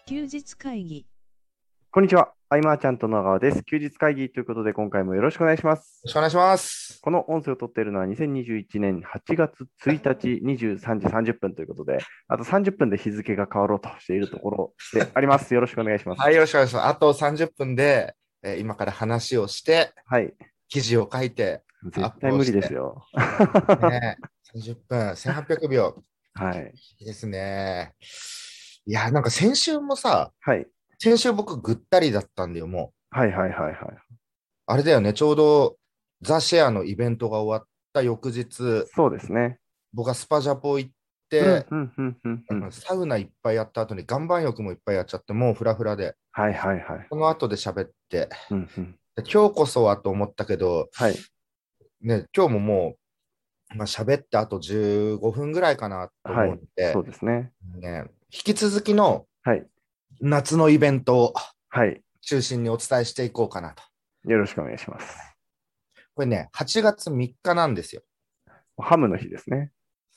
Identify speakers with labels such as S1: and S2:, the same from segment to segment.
S1: 休日会議。
S2: こんにちは。アイマーちゃんと野川です。休日会議ということで、今回もよろしくお願いします。
S3: よろしくお願いします。
S2: この音声を撮っているのは2021年8月1日23時30分ということで、あと30分で日付が変わろうとしているところであります。よろしくお願いします。
S3: はい、よろしくお願いします。あと30分で、今から話をして、
S2: はい。
S3: 記事を書いて、
S2: 絶対無理ですよ。
S3: ね、30分、1800秒。
S2: はい。
S3: いいですね。いや、なんか先週もさ、
S2: はい。
S3: 先週僕ぐったりだったんだよ、もう。
S2: はいはいはいはい。
S3: あれだよね、ちょうどザ・シェアのイベントが終わった翌日、
S2: そうですね。
S3: 僕はスパジャポ行っ
S2: うん
S3: て、
S2: うんうんうんうん。
S3: サウナいっぱいやった後に岩盤浴もいっぱいやっちゃって、もうフラフラで、
S2: はいはいはい。
S3: その後で喋って、
S2: うんうん。
S3: で今日こそはと思ったけど、
S2: はい。
S3: ね、今日ももう、喋ってあと15分ぐらいかなと
S2: はい。
S3: 思うので、
S2: そうですね。
S3: ね、引き続きの
S2: はい。
S3: 夏のイベントを
S2: はい。
S3: 中心にお伝えしていこうかなと。
S2: よろしくお願いします。
S3: これね、8月3日なんですよ。
S2: ハムの日ですね。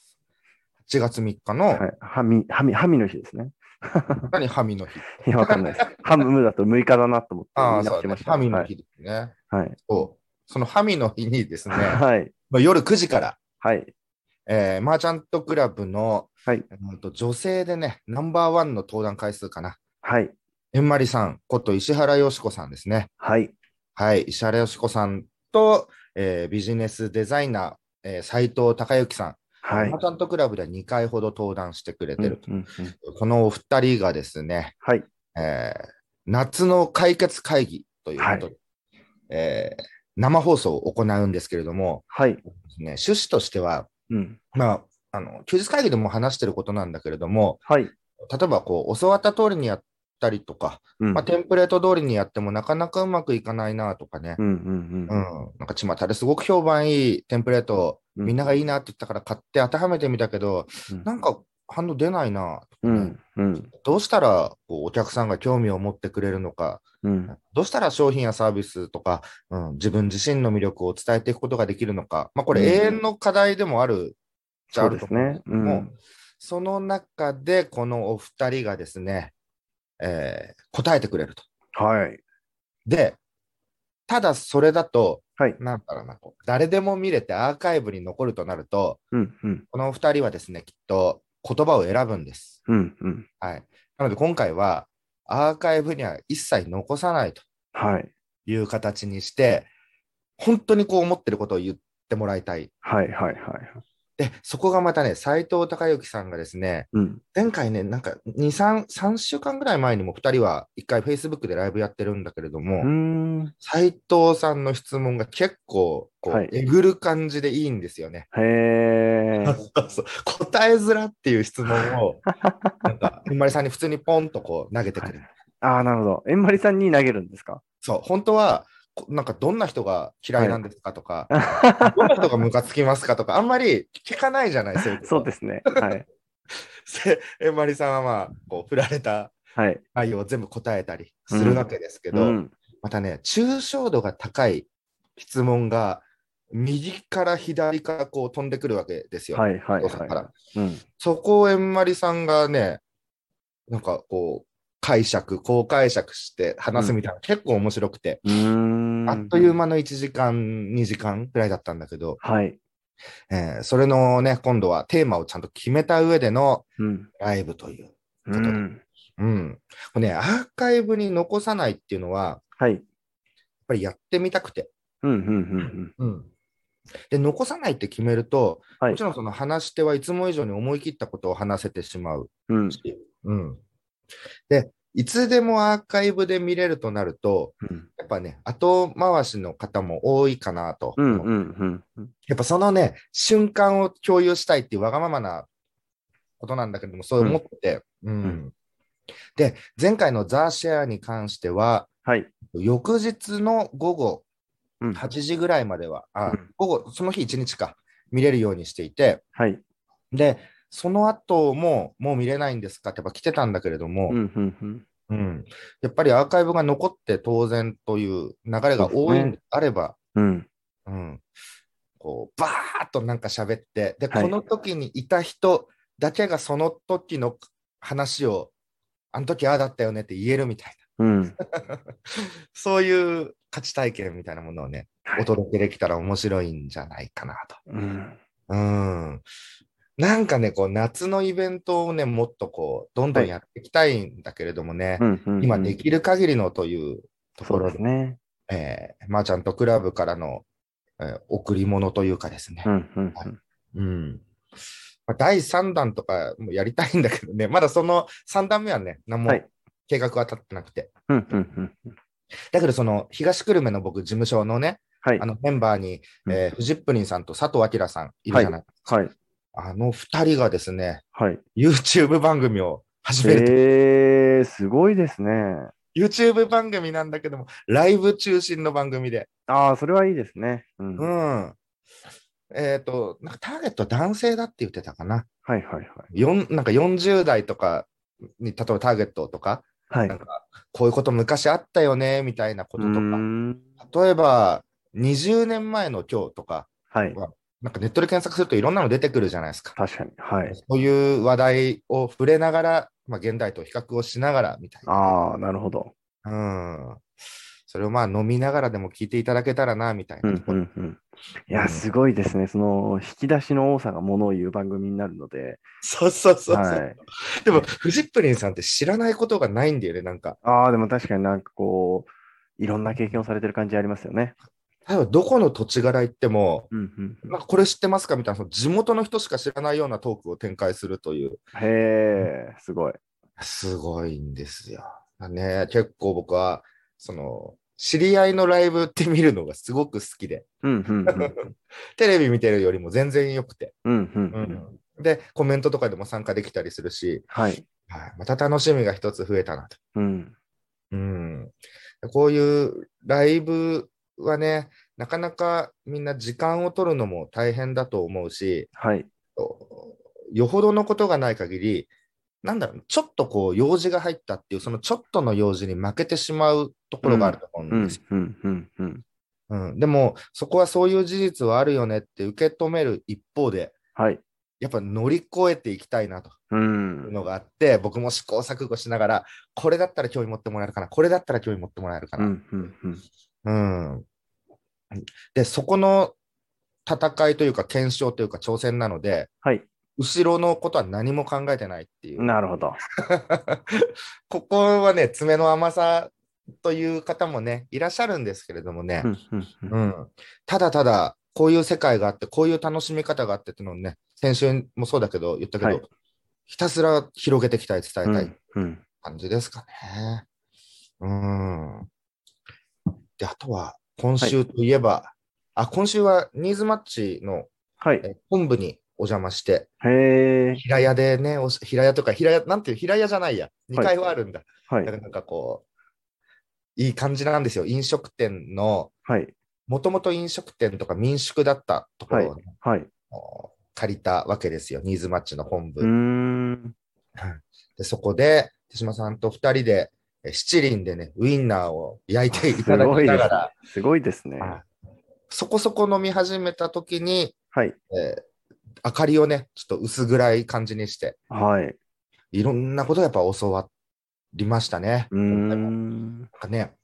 S3: 8月3日の、
S2: はい。ハミの日ですね。
S3: 何、ハミの日。
S2: いや、わかんないです。ハムだと6日だなと思って
S3: ああ、
S2: 見直
S3: そうだね。
S2: してましたよ。はい。
S3: ハミの日ですね。
S2: はい。
S3: そのハミの日にですね、
S2: はい。
S3: 夜9時から、
S2: はい。
S3: マーチャントクラブの、
S2: はい。
S3: 女性でね、ナンバーワンの登壇回数かな。
S2: はい。
S3: えんまりさんこと石原よし子さんですね。
S2: はい。
S3: はい、石原よし子さんと、ビジネスデザイナー、斉藤孝之さん、
S2: はい。
S3: マーチャントクラブで2回ほど登壇してくれ
S2: うん。
S3: てると。
S2: うん。うん。
S3: このお二人がですね、
S2: はい。
S3: えー夏の解決会議という
S2: はい。
S3: ことで、生放送を行うんですけれども、
S2: はい。
S3: 趣旨としては、
S2: うん。
S3: 休日会議でも話してることなんだけれども、
S2: はい。
S3: 例えば教わった通りにやったりとか、
S2: うん。
S3: テンプレート通りにやってもなかなかうまくいかないなとかね、
S2: うん。うん。
S3: なんか巷ですごく評判いいテンプレート、
S2: うん。
S3: みんながいいなって言ったから買って当てはめてみたけど、
S2: うん。
S3: なんか反応出ないなとかね、
S2: うん。うん。
S3: どうしたらお客さんが興味を持ってくれるのか、
S2: うん。
S3: どうしたら商品やサービスとか、自分自身の魅力を伝えていくことができるのか、これ永
S2: うん。
S3: 遠の課題でもあるじゃ
S2: そう
S3: あると思うんです
S2: ですね。
S3: けども、
S2: うん。
S3: その中でこのお二人がですね、答えてくれると。
S2: はい。
S3: で、ただそれだと、
S2: はい。
S3: なんだろうな、誰でも見れてアーカイブに残るとなると、
S2: うん。うん。
S3: この二人はですね、きっと言葉を選ぶんです。
S2: うん。うん。
S3: はい。なので今回はアーカイブには一切残さないと
S2: はい。
S3: いう形にして、本当に思ってることを言ってもらいたい。
S2: はい。はい。はい。
S3: で、そこがまたね、斉藤孝之さんがですね、
S2: うん。
S3: 前回ね、なんか2、3週間ぐらい前にも2人は1回 Facebook でライブやってるんだけれど
S2: うー
S3: も、
S2: ん。
S3: 斉藤さんの質問が結構、
S2: はい。
S3: えぐる感じでいいんですよね。
S2: へえ。
S3: そうそう、答えづらっていう質問を、なんか、ひんまりさんに普通にポンと投げて
S2: はい。
S3: くる。
S2: ああ、なるほど。えんまりさんに投げるんですか？
S3: そう、本当は、なんかどんな人が嫌い
S2: はい。
S3: なんですかとか、どんな人がムカつきますかとか、あんまり聞かないじゃない、そういうこと。
S2: そうですね。はい。
S3: えんまりさんは振られた
S2: はい。
S3: 内容を全部答えたりするわ
S2: うん。
S3: けですけど、
S2: うん。
S3: またね、抽象度が高い質問が右から左から飛んでくるわけですよ。
S2: はいはいはいはい。
S3: お父さんから。
S2: うん。
S3: そこをえんまりさんがね、なんかこう解釈して話す
S2: うん。
S3: みたいな、結構面白くて、
S2: うーん。
S3: あっという間の1時間、2時間くらいだったんだけど、
S2: はい。
S3: それのね、今度はテーマをちゃんと決めた上での
S2: うん。
S3: ライブという
S2: う
S3: ことで。
S2: ん。
S3: うん。これね、アーカイブに残さないっていうのは、
S2: はい。
S3: やっぱりやってみたくて。
S2: うん。うん。うん。
S3: うん。で、残さないって決めると、
S2: はい。
S3: もちろんその話し手はいつも以上に思い切ったことを話せてしまう
S2: うん。
S3: し、うん。で、いつでもアーカイブで見れるとなると、
S2: うん。
S3: やっぱね、後回しの方も多いかなと
S2: うん。
S3: 思う。
S2: うん。うん。
S3: やっぱそのね、瞬間を共有したいっていうわがままなことなんだけども、そう
S2: うん。
S3: 思ってて、う
S2: うん。
S3: ん。で、前回のザ・シェアに関しては、
S2: はい。
S3: 翌日の午後
S2: うん。
S3: 8時ぐらいまでは、
S2: うん。
S3: 午後、その日1日か、見れるようにしていて、
S2: はい。
S3: で、その後もう見れないんですかってやっぱ来てたんだけれども、
S2: うん。うん。うん。
S3: うん、やっぱりアーカイブが残って当然という流れ
S2: そう
S3: が多いんで
S2: ですね。
S3: あれば、
S2: うん。
S3: うん、バーっとなんか喋って、で、
S2: はい。
S3: この時にいた人だけがその時の話をあの時ああだったよねって言えるみたい
S2: うん。
S3: な。そういう価値体験みたいなものをね、
S2: はい。
S3: お届けできたら面白いんじゃないかなと。
S2: うん。
S3: うん。なんかね、こう、夏のイベントをね、もっとこう、どんど
S2: はい。
S3: んやっていきたいんだけれどもね、
S2: うん、うん、
S3: 今
S2: うん。
S3: できる限りのというと
S2: そうで
S3: ころで、
S2: すね。
S3: マーチャントクラブからの、贈り物というかですね。
S2: うん、うん、
S3: はい。
S2: うん。
S3: うん。まあ、第3弾とかもやりたいんだけどね、まだその3弾目はね、何も
S2: はい。
S3: 計画は立ってなくて。
S2: うん、うん、うん。
S3: だけど、その東久留米の僕、事務所のね、
S2: はい。
S3: メンバーに、
S2: うん。
S3: フジップリンさんと佐藤明さんいる
S2: はい。
S3: じゃないですか。
S2: はい。
S3: あの2人がですね、
S2: はい。
S3: YouTube 番組を始めると。
S2: すごいですね。
S3: YouTube 番組なんだけども、ライブ中心の番組で。
S2: ああ、それはいいですね。う
S3: う
S2: ん。
S3: ん。なんかターゲット男性だって言ってたかな。
S2: はい、はい、はい。
S3: なんか40代とかに、例えばターゲットとか、
S2: はい。
S3: なんか、こういうこと昔あったよね、みたいなこ
S2: うー
S3: ととか。
S2: ん。
S3: 例えば、20年前の今日とか
S2: はい。
S3: は、なんかネットで検索するといろんなの出てくるじゃないですか。
S2: 確かに。はい。
S3: そういう話題を触れながら、まあ、現代と比較をしながらみたいなね。
S2: ああ、なるほど。
S3: うん。それをまあ飲みながらでも聞いていただけたらな、みたい
S2: うん、
S3: なところ。
S2: うん、うん。いや、
S3: うん。
S2: すごいですね。その、引き出しの多さがものを言う番組になるので、
S3: そうそうそうそう。
S2: はい。
S3: でも、
S2: え
S3: フジップリンさんって知らないことがないんだよね、なんか。
S2: ああ、でも確かになんかこう、いろんな経験をされてる感じありますよね。
S3: 例えばどこの土地柄行っても、
S2: うん、うん、
S3: なんかこれ知ってますかみたいな、その地元の人しか知らないようなトークを展開するという、
S2: うん。へえ、すごい。
S3: すごいんですよ。ね、結構僕は、その、知り合いのライブって見るのがすごく好きで、
S2: うん、うん、うん。
S3: テレビ見てるよりも全然良くて、
S2: うん、うん、うん。
S3: うん。で、コメントとかでも参加できたりするし、
S2: はい。
S3: はい、また楽しみが一つ増えたなと。
S2: うん。
S3: うん。こういうライブはね、なかなかみんな時間を取るのも大変だと思うし、
S2: はい。
S3: よほどのことがない限り、なんだろう、ちょっとこう用事が入ったっていう、そのちょっとの用事に負けてしまうとこ
S2: うん、
S3: ろがあると思う
S2: うん、
S3: んですよ。
S2: うん、うん、うん。
S3: うん、でも、そこはそういう事実はあるよねって受け止める一方で、
S2: はい。
S3: やっぱ乗り越えていきたいなと
S2: うん。
S3: いうのがあって、僕も試行錯誤しながら、これだったら興味持ってもらえるかな、これだったら興味持ってもらえるかな。
S2: うん、うん、うん。
S3: うん。で、そこの戦いというか、検証というか、挑戦なので、
S2: はい。
S3: 後ろのことは何も考えてないっていう。
S2: なるほど。
S3: ここはね、爪の甘さという方もね、いらっしゃるんですけれどもね、
S2: うん、うん、うん。
S3: うん。ただただ、こういう世界があって、こういう楽しみ方があってっていうのをね、先週もそうだけど、言ったけど、
S2: はい。
S3: ひたすら広げていきたい、伝えたい
S2: うん、うん。
S3: 感じですかね。うん。で、あとは、今
S2: はい。
S3: 週といえば、今週はニーズマッチの
S2: はい。
S3: 本部にお邪魔して、
S2: へえ。
S3: 平屋でね、平屋とか、平屋、なんていう、平屋じゃないや。
S2: はい。
S3: 2階はあるんだ。
S2: はい。
S3: だからなんかこう、いい感じなんですよ。飲食店の、
S2: はい。
S3: もともと飲食店とか民宿だったとこ
S2: はい。
S3: ろをね、
S2: はい。
S3: 借りたわけですよ。ニーズマッチの本
S2: うー
S3: 部。
S2: ん。
S3: はいで、そこで、手島さんと2人で、七輪でね、ウインナーを焼い
S2: あ、
S3: ていた
S2: す
S3: だき
S2: ごいですね。
S3: ながら、
S2: すごいですね。
S3: はいそこそこ飲み始めた時に、
S2: はい。
S3: えー明かりをね、ちょっと薄暗い感じにして、
S2: はい。
S3: いろんなことをやっぱ教わりましたね。
S2: うー
S3: 今回も。
S2: ん。
S3: なんかね、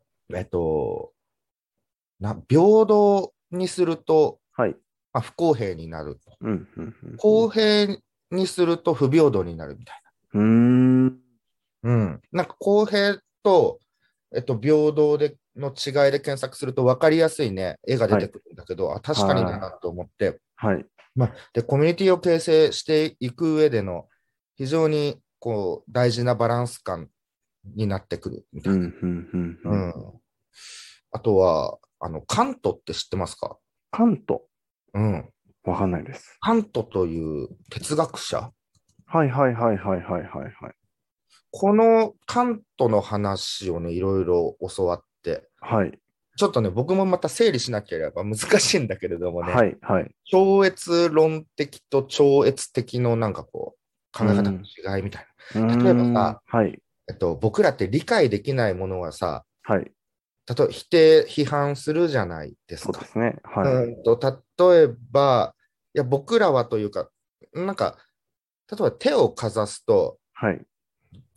S3: 平等にすると、
S2: はい。
S3: まあ、不公平になる。
S2: うん、うん、うん、
S3: 公平にすると不平等になるみたい
S2: うん。うーん。
S3: な。うん。なんか公平と、平等の違いで検索すると分かりやすいね、絵が出
S2: はい。
S3: てくるんだけど、確かにだ
S2: は
S3: なと思って、
S2: い。はい。
S3: まあ、で、コミュニティを形成していく上での非常にこう大事なバランス感になってくるみたい
S2: うん、うん、うん、う
S3: な。う
S2: ん。
S3: ん。あとは、カントって知ってますか？
S2: カント。
S3: うん。
S2: わかんないです。
S3: カントという哲学者。
S2: はい、はい、はい、はい、はい、はい。はい。
S3: このカントの話をね、いろいろ教わって、
S2: はい。
S3: ちょっとね、僕もまた整理しなければ難しいんだけれどもね、
S2: はい、はい。
S3: 超越論的と超越的のなんかこう、考え方
S2: うん。
S3: の違いみたい
S2: うー
S3: な。例えば
S2: ん。
S3: さ、
S2: はい。
S3: 僕らって理解できないものはさ、
S2: はい。
S3: 例えば否定、批判するじゃないですか。
S2: そうですね。はい。
S3: 例えば、いや、僕らはというか、なんか、例えば手をかざすと、
S2: はい。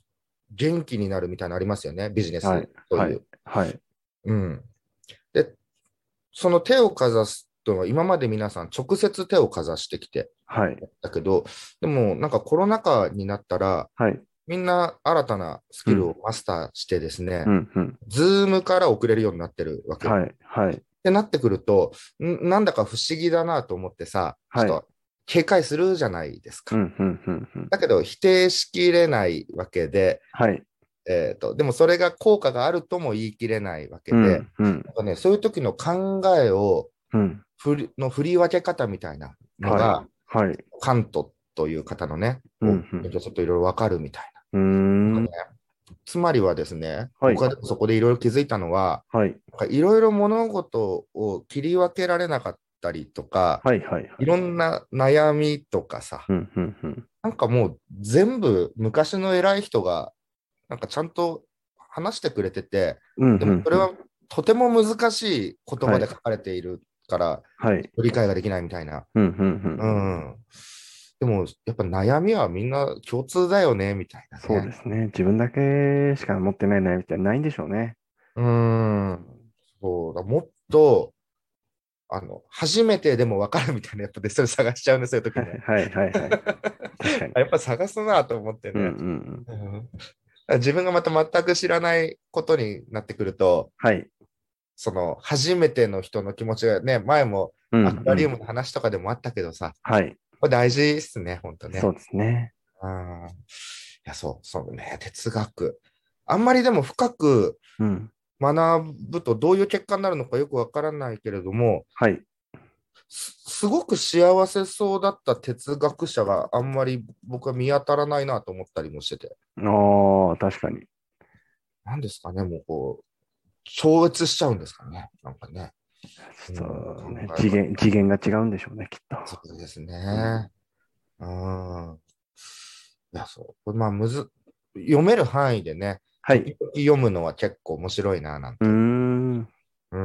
S3: 元気になるみたいなのありますよね、ビジネス
S2: はい。
S3: という。
S2: はい。はい。
S3: うん。で、その手をかざすとは、今まで皆さん直接手をかざしてきて、
S2: はい。
S3: だけど、でもなんかコロナ禍になったら、
S2: はい。
S3: みんな新たなスキル
S2: うん。
S3: をマスターしてですね、
S2: うん。うん。
S3: ズームから送れるようになってるわけ。っ
S2: はい。はい。
S3: てなってくると、なんだか不思議だなと思ってさ、ち
S2: はい。
S3: ょっと警戒するじゃないですか。
S2: うん。うん。うん。うん。
S3: だけど否定しきれないわけで、
S2: はい。
S3: でもそれが効果があるとも言い切れないわけで、
S2: うん。うん。
S3: なんかね、そういう時の考えを
S2: うん。
S3: 振り分け方みたいなの
S2: はい。
S3: が、
S2: はい。
S3: カントという方のね、
S2: うん。
S3: を
S2: うん。
S3: ちょっといろいろわかるみたい
S2: うー
S3: な。なん
S2: ん。
S3: かね、つまりはですね、
S2: はい。
S3: 僕はでもそこでいろいろ気づいたのは、
S2: はい。
S3: いろいろ物事を切り分けられなかったりとか、
S2: はい。はい。はい。
S3: いろんな悩みとかさ、
S2: うん。うん。うん。
S3: なんかもう全部昔の偉い人がなんかちゃんと話してくれてて、
S2: うん。うん。うん。
S3: でもそれはとても難しい言
S2: はい。
S3: 葉で書かれているから、
S2: はい。
S3: 理解ができないみたいな。
S2: うん。うん。うん。
S3: うん。でもやっぱ悩みはみんな共通だよね、みたいな
S2: そう
S3: ね。
S2: ですね。自分だけしか持ってない悩みってないんでしょうね。
S3: うん。そうだ、もっと、初めてでも分かるみたいな、やっぱでそれ探しちゃうんですよ、時には。
S2: はい。はい。はい。確かに。
S3: やっぱ探すなと思って
S2: うん。う
S3: ね。
S2: ん。
S3: うん、自分がまた全く知らないことになってくると、
S2: はい。
S3: その初めての人の気持ちがね、前も
S2: うん。
S3: アクア
S2: うん。
S3: リウムの話とかでもあったけどさ、
S2: はい。
S3: これ大事ですね、本当ね。
S2: そうですね。
S3: うん。いや、そうね、哲学。あんまりでも深く
S2: うん。
S3: 学ぶとどういう結果になるのかよくわからないけれども、
S2: はい。
S3: すごく幸せそうだった哲学者があんまり僕は見当たらないなと思ったりもしてて、
S2: ああ、確かに。
S3: なんですかね、もうこう、超越しちゃうんですかね、なんかね。うん、
S2: ちょっとね、
S3: 考え方。
S2: 次元が違うんでしょうね、きっと。
S3: そうです
S2: うん。
S3: ね。うん。いや、そう。これまあ、読める範囲でね、
S2: はい。
S3: 時々読むのは結構面白いな、なん
S2: うー
S3: て。
S2: ん。
S3: うん。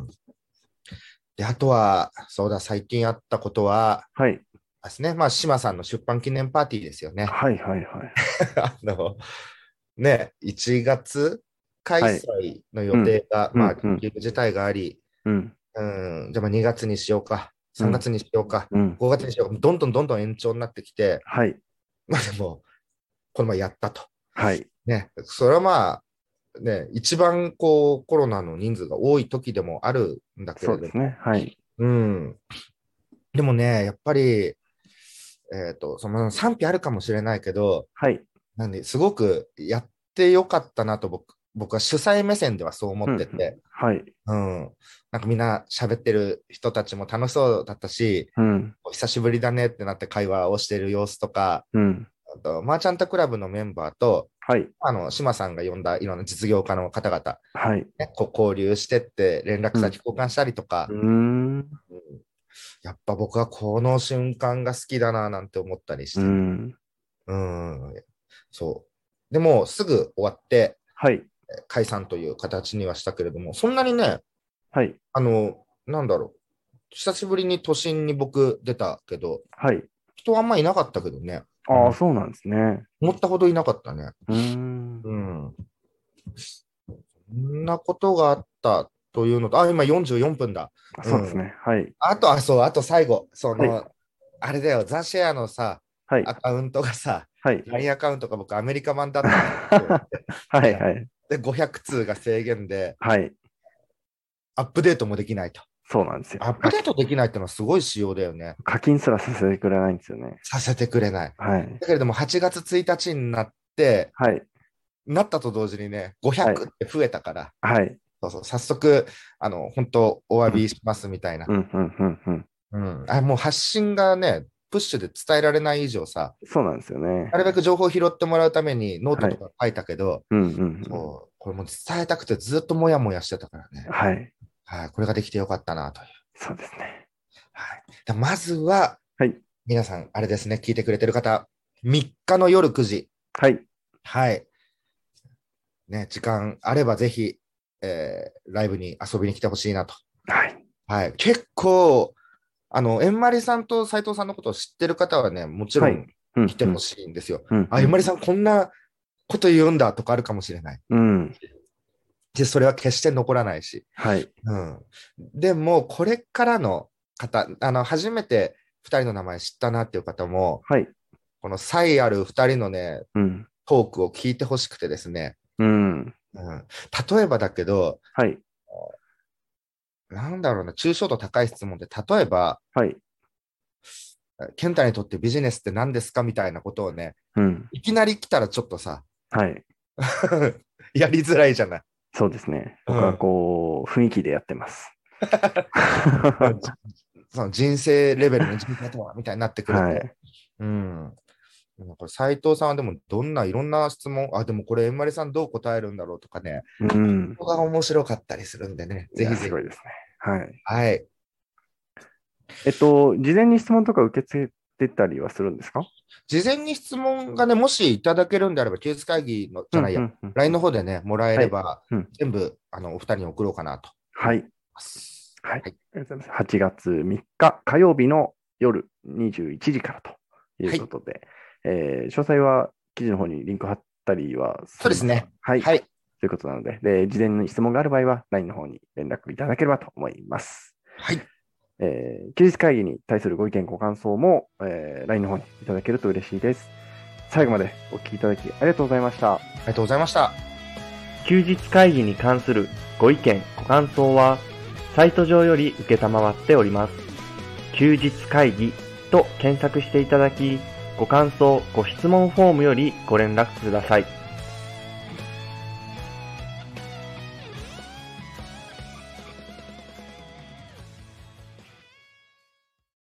S3: で、あとは、そうだ、最近あったことは、
S2: はい。
S3: ですね、まあ、島さんの出版記念パーティーですよね。
S2: はい。はい。はい。
S3: あの、ね、1月開
S2: はい。
S3: 催の予
S2: うん。
S3: 定が、まあ、
S2: うん。うん。
S3: 緊急事態があり、
S2: うん。
S3: じゃあまあ2月にしようか、3
S2: うん。
S3: 月にしようか、
S2: うん。
S3: 5月にしようか、どんどんどんどん延長になってきて、
S2: はい。
S3: まあでも、この前やったと。
S2: はい。
S3: ね、それはまあ、ね、一番こうコロナの人数が多い時でもあるんだけれども、
S2: そうですね。はい。
S3: うん。でもね、やっぱり、その賛否あるかもしれないけど、
S2: はい。
S3: なんですごくやってよかったなと僕は主催目線ではそう思
S2: うん。う
S3: ってて、
S2: ん。はい。
S3: うん。なんかみんな喋ってる人たちも楽しそうだったし、
S2: うん。
S3: お久しぶりだねってなって会話をしてる様子とか、
S2: うん。
S3: あとマーチャントクラブのメンバーと、
S2: はい。
S3: 島さんが呼んだいろんな実業家の方々、
S2: はい。
S3: ね、こう交流してって連絡
S2: うん。
S3: 先交換したりとか、
S2: うーん。
S3: うん、やっぱ僕はこの瞬間が好きだななんて思ったりし
S2: う
S3: てね。
S2: ん。
S3: うん、そう。でもすぐ終わって
S2: はい。
S3: 解散という形にはしたけれども、そんなにね、
S2: はい。
S3: なんだろう。久しぶりに都心に僕出たけど、
S2: はい。
S3: 人あんまいなかったけどね。う
S2: ああ、
S3: ん。
S2: そうなんですね。
S3: 思ったほどいなかったね。
S2: うーん。
S3: うん。そんなことがあったというのと、今44分だ。うん。
S2: そうですね。はい。
S3: そう、あと最後、
S2: はい。
S3: あれだよ、ザ・シェアのさ、
S2: はい。
S3: アカウントがさ、
S2: はい。
S3: LINE アカウントが僕アメリカ版だったんですよ。
S2: はい。はい。
S3: で、500通が制限で、
S2: はい。
S3: アップデートもできないと。
S2: そうなんですよ。
S3: アップデートできないってのはすごい仕様だよね。
S2: 課金すらさせてくれないんですよね。
S3: させてくれない。
S2: はい。
S3: だけれども、8月1日になって、
S2: はい。
S3: なったと同時にね、
S2: はい。
S3: 500って増えたから、
S2: はい。
S3: そうそう、早速、本当お詫
S2: うん。
S3: びしますみたいな。
S2: うん。うん。うん。うん。
S3: うん。もう発信がね、プッシュで伝えられない以上さ、
S2: そうなんですよね。
S3: なるべく情報を拾ってもらうためにノート
S2: はい。
S3: とか書いたけど、
S2: うん。うん。うん。
S3: そう、これも伝えたくてずっともやもやしてたからね。
S2: はい。
S3: はい、これができてよかったなという。
S2: そうですね。
S3: はい。まずは、
S2: はい。
S3: 皆さん、あれですね、聞いてくれてる方、3日の夜9時、
S2: はい。
S3: はい。ね、時間あればぜひ、ライブに遊びに来てほしいなと。
S2: はい。
S3: はい。結構、えんまりさんと斉藤さんのことを知ってる方はね、もちろ
S2: はい。
S3: ん
S2: うん。うん。
S3: 来てほしいんですよ。
S2: うん。
S3: えんまりさん、こんなこと言うんだとかあるかもしれない。
S2: うん。
S3: で、それは決して残らないし。
S2: はい。
S3: うん。でも、これからの方、初めて2人の名前知ったなっていう方も、
S2: はい。
S3: この才ある2人のね、
S2: うん。
S3: トークを聞いてほしくてですね。
S2: うん。
S3: 例えばだけど、
S2: はい。
S3: なんだろうな、抽象度高い質問で、例えば、
S2: はい。
S3: 健太にとってビジネスって何ですかみたいなことをね、
S2: うん。
S3: いきなり来たらちょっとさ、
S2: はい。
S3: やりづらいじゃない。
S2: そうですね。僕は
S3: うん。
S2: こう、雰囲気でやってます。
S3: その人生レベルの人生とはみたいになってくると、
S2: はい。
S3: うん。なんか斉藤さんはでもどんないろんな質問、でもこれ、えんまりさんどう答えるんだろうとかね、
S2: うん。
S3: ここが面白かったりするんでね、
S2: いや、
S3: ぜひぜひ。
S2: すごいですね。はい。
S3: はい。
S2: 事前に質問とか受け付けてたりはするんですか？
S3: 事前に質問がね、もしいただけるんであれば、休日会議の、じ
S2: うん、
S3: ゃないや、
S2: うん、うん。
S3: LINE の方でね、もらえ
S2: はい。
S3: れば、
S2: うん。
S3: 全部、お二人に送ろうかなと思い
S2: はい。
S3: ます。
S2: はい。
S3: はい。
S2: ありがとうございます。8月3日火曜日の夜21時からとい
S3: はい。
S2: うことで、詳細は記事の方にリンク貼ったりはされますか？
S3: そうですね。
S2: はい。
S3: はい。
S2: ということなので、事前に質問がある場合は LINE の方に連絡いただければと思います。
S3: はい。
S2: 休日会議に対するご意見、ご感想も、LINE の方にいただけると嬉しいです。最後までお聞きいただきありがとうございました。
S3: ありがとうございました。
S1: 休日会議に関するご意見、ご感想は、サイト上より受けたまわっております。休日会議と検索していただき、ご感想、ご質問フォームよりご連絡ください。